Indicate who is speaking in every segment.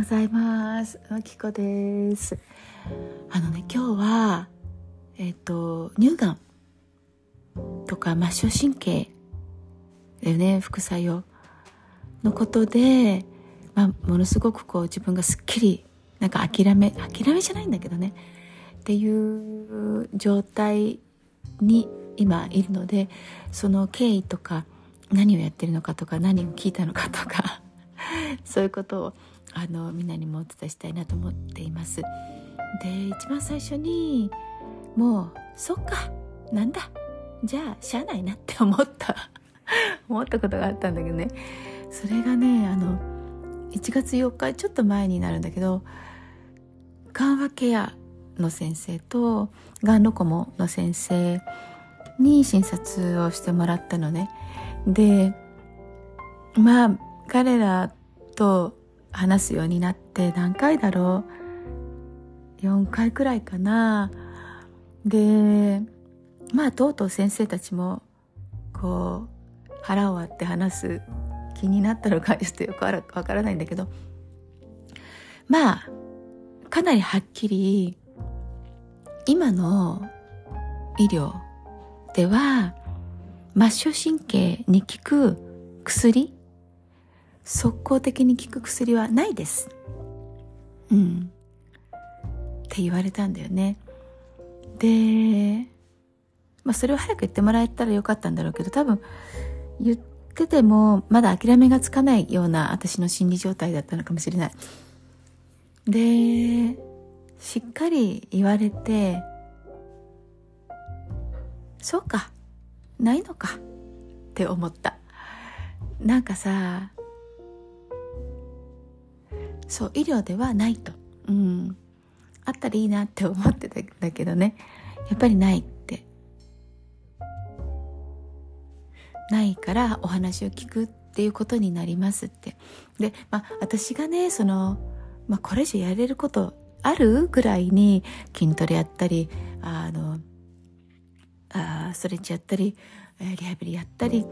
Speaker 1: ございます。あきこです。今日は乳がんとか末梢神経だよね、副作用のことで、ものすごく自分がすっきり諦めじゃないんだけどねっていう状態に今いるので、その経緯とか何をやってるのかとか何を聞いたのかとかそういうことをみんなにもお伝えしたいなと思っています。で、一番最初にもうそっか、なんだじゃあしゃあないなって思ったことがあったんだけどね。それがね、1月4日ちょっと前になるんだけど、緩和ケアの先生とがんロコモの先生に診察をしてもらったのね。で、彼らと話すようになって何回だろう、4回くらいかな。で、とうとう先生たちも腹を割って話す気になったのかちょっとよくわからないんだけど、かなりはっきり今の医療では末梢神経に効く薬、即効的に効く薬はないですって言われたんだよね。で、それを早く言ってもらえたらよかったんだろうけど、多分言っててもまだ諦めがつかないような私の心理状態だったのかもしれない。で、しっかり言われて、そうか、ないのかって思った。そう、医療ではないと、あったらいいなって思ってたんだけどね、やっぱりないって、ないからお話を聞くっていうことになりますって。で、私がね、これ以上やれることあるぐらいに筋トレやったり、ストレッチやったり、リハビリやったり、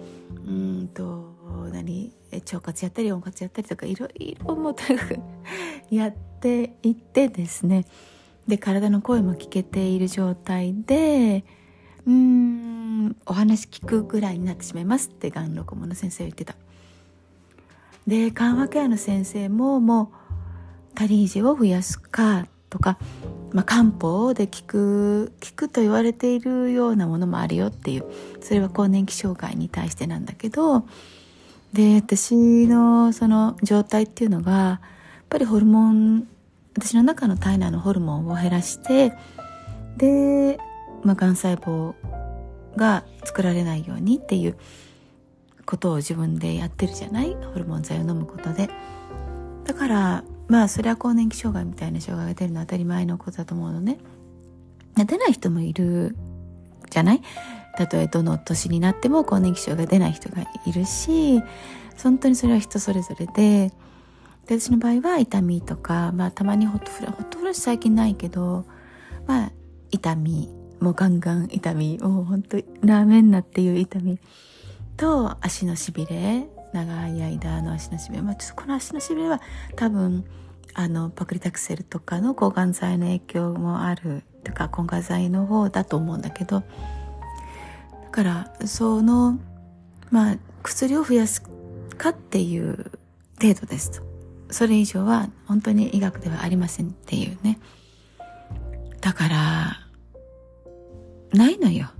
Speaker 1: 腸活やったり温活やったりとか、いろいろもうとにかくやっていってですね、で体の声も聞けている状態でお話聞くぐらいになってしまいますってがんロコモの先生は言ってた。で、緩和ケアの先生ももうタリージを増やすかとか、漢方で効くと言われているようなものもあるよっていう、それは更年期障害に対してなんだけど、で、私のその状態っていうのがやっぱり私の中の体内のホルモンを減らして、で、がん細胞が作られないようにっていうことを自分でやってるじゃない、ホルモン剤を飲むことで。だからそれは更年期障害みたいな障害が出るのは当たり前のことだと思うのね。出ない人もいるじゃない。たとえどの年になっても更年期障害出ない人がいるし、本当にそれは人それぞれで、私の場合は痛みとか、たまにホットフラッシュ最近ないけど、痛み、もうガンガン痛み、もう本当にラーメンナっていう痛みと、足のしびれ、長い間の足のしびれ、ちょっとこの足のしびれは多分パクリタクセルとかの抗がん剤の影響もあるとか、抗がん剤の方だと思うんだけど、だから薬を増やすかっていう程度ですと、それ以上は本当に医学ではありませんっていうね。だからないのよ。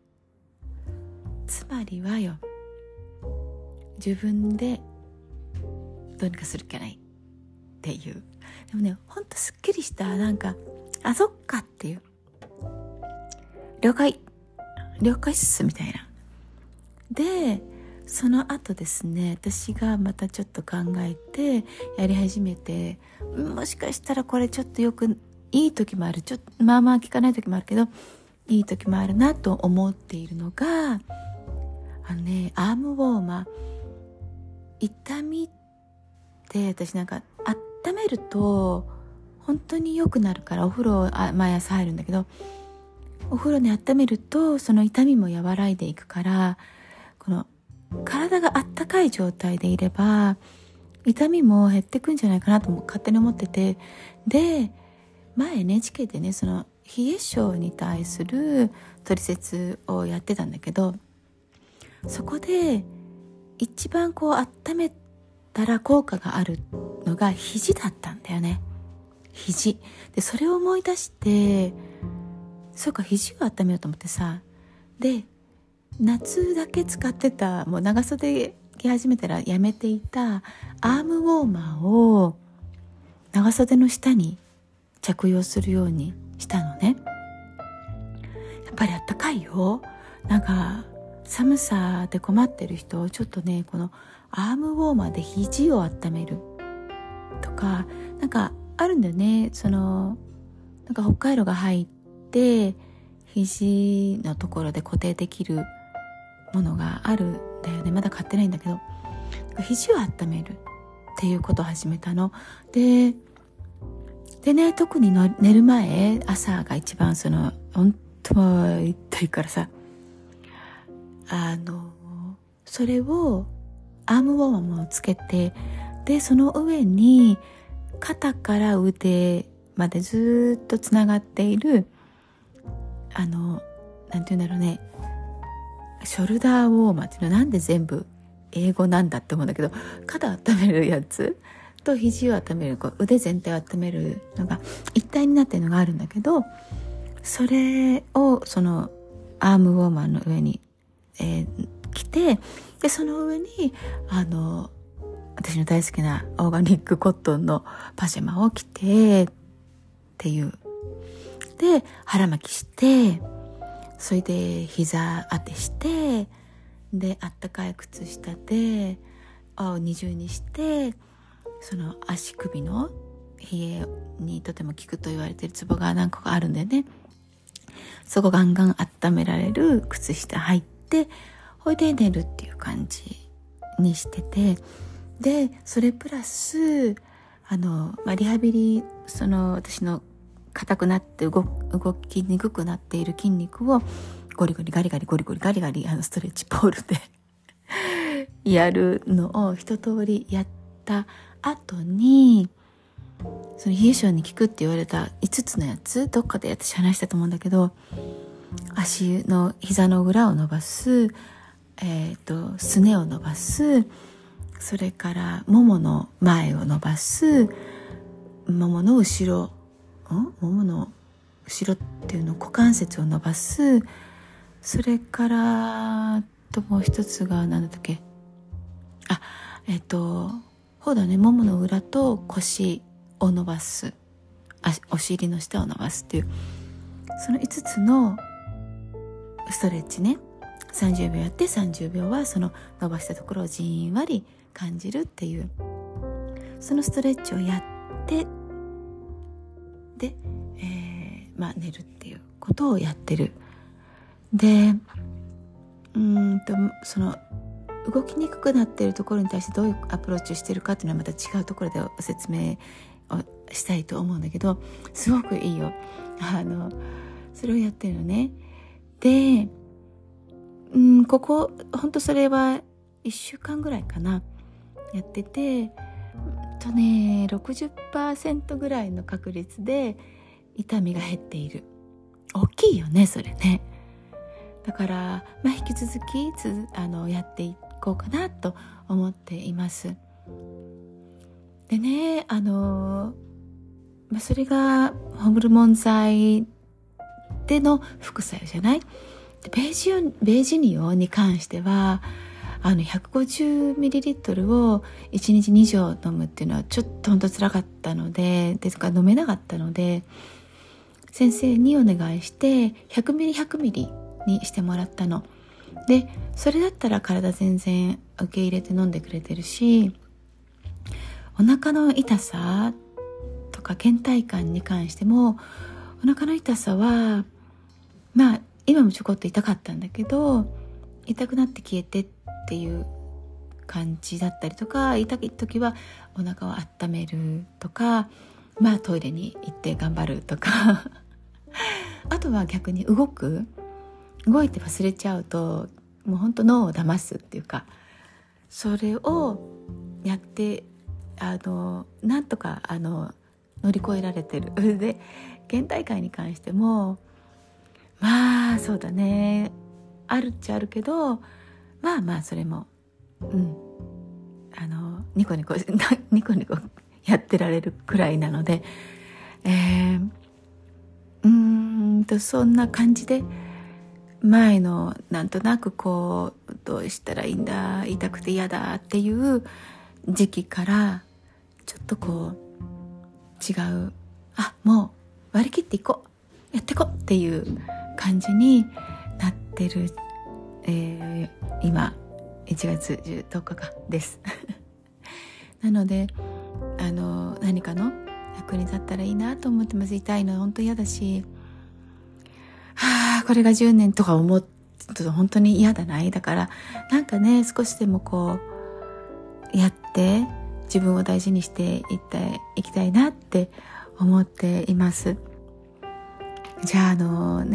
Speaker 1: つまりはよ、自分でどうにかするっきゃないっていう。でもね、ほんとすっきりした、そっかっていう、了解っすみたいな。で、その後ですね、私がまたちょっと考えてやり始めて、もしかしたらこれちょっといい時もある、ちょっと効かない時もあるけど、いい時もあるなと思っているのが、アームウォーマー。痛みって私温めると本当に良くなるから、お風呂毎朝入るんだけど、お風呂に温めるとその痛みも和らいでいくから、この体があったかい状態でいれば痛みも減ってくんじゃないかなとも勝手に思ってて、で前 NHK でねその冷え性に対するトリセツをやってたんだけど、そこで一番こう温めたら効果があるのが肘だったんだよね。肘でそれを思い出して、そうか肘を温めようと思ってさ、で夏だけ使ってた、もう長袖着始めたらやめていたアームウォーマーを長袖の下に着用するようにしたのね。やっぱりあったかいよ。なんか寒さで困ってる人、ちょっとねこのアームウォーマーで肘を温めるとか、なんかあるんだよね。そのなんか北海道が入って肘のところで固定できるものがあるんだよね。まだ買ってないんだけど、肘を温めるっていうことを始めたのでね、特にの寝る前、朝が一番その本当は痛いからさ、それをアームウォーマーをつけて、でその上に肩から腕までずっとつながっているなんていうんだろうね、ショルダーウォーマーっていうのはなんで全部英語なんだって思うんだけど、肩を温めるやつと肘を温める、こう腕全体を温めるのが一体になっているのがあるんだけど、それをそのアームウォーマーの上に、着て、でその上に私の大好きなオーガニックコットンのパジャマを着てっていう、で腹巻きして、それで膝当てして、であったかい靴下で二重にして、その足首の冷えにとても効くと言われているツボが何個かあるんだよね。そこガンガン温められる靴下入って、ほいで寝るっていう感じにしてて、でそれプラスリハビリ、その私の硬くなって動きにくくなっている筋肉をゴリゴリガリガリゴリゴリガリガリストレッチポールでやるのを一通りやった後に、その冷え性に効くって言われた5つのやつ、どっかで私話したと思うんだけど、足の膝の裏を伸ばす、すねを伸ばす、それからももの前を伸ばす、ももの後ろっていうの、股関節を伸ばす、それからともう一つが何だったっけ、そうだね、ももの裏と腰を伸ばす、お尻の下を伸ばすっていう、その5つのストレッチね、30秒やって、30秒はその伸ばしたところをじんわり感じるっていう、そのストレッチをやってで、寝るっていうことをやってる。でその動きにくくなっているところに対してどういうアプローチをしているかっていうのはまた違うところで説明をしたいと思うんだけど、すごくいいよ。それをやってるのね。でここほんとそれは1週間ぐらいかなやってて、60% ぐらいの確率で痛みが減っている。大きいよねそれね。だから引き続きやっていこうかなと思っています。でね、それがホルモン剤での副作用じゃない。ベージニオンに関しては150ml を1日2錠飲むっていうのはちょっと本当辛かったので、ですから飲めなかったので、先生にお願いして 100ml にしてもらったので、それだったら体全然受け入れて飲んでくれてるし、お腹の痛さとか倦怠感に関しても、お腹の痛さは今もちょこっと痛かったんだけど、痛くなって消えてっていう感じだったりとか、痛い時はお腹を温めるとか、トイレに行って頑張るとかあとは逆に動いて忘れちゃうと、もう本当脳を騙すっていうか、それをやってなんとか乗り越えられてるで、県大会に関してもまあそうだね、あるっちゃあるけど、まあまあそれもニコニコニコニコやってられるくらいなので、そんな感じで、前のなんとなくこうどうしたらいいんだ、痛くて嫌だっていう時期からちょっとこう違う、もう割り切っていこう、やっていこうっていう感じになってる、今1月10日かですなので何かの役に立ったらいいなと思ってます。痛いの本当嫌だし、これが10年とか思うと本当に嫌だな。だからなんかね、少しでもこうやって自分を大事にしていきたいなって思っています。じゃあ頑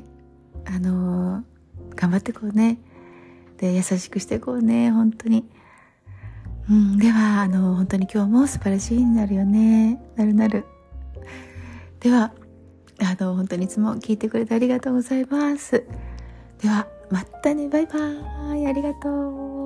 Speaker 1: 張ってこうね。で、優しくしていこうね、本当に。では本当に今日も素晴らしいになるよね。なる。では本当にいつも聞いてくれてありがとうございます。ではまたね、バイバーイ、ありがとう。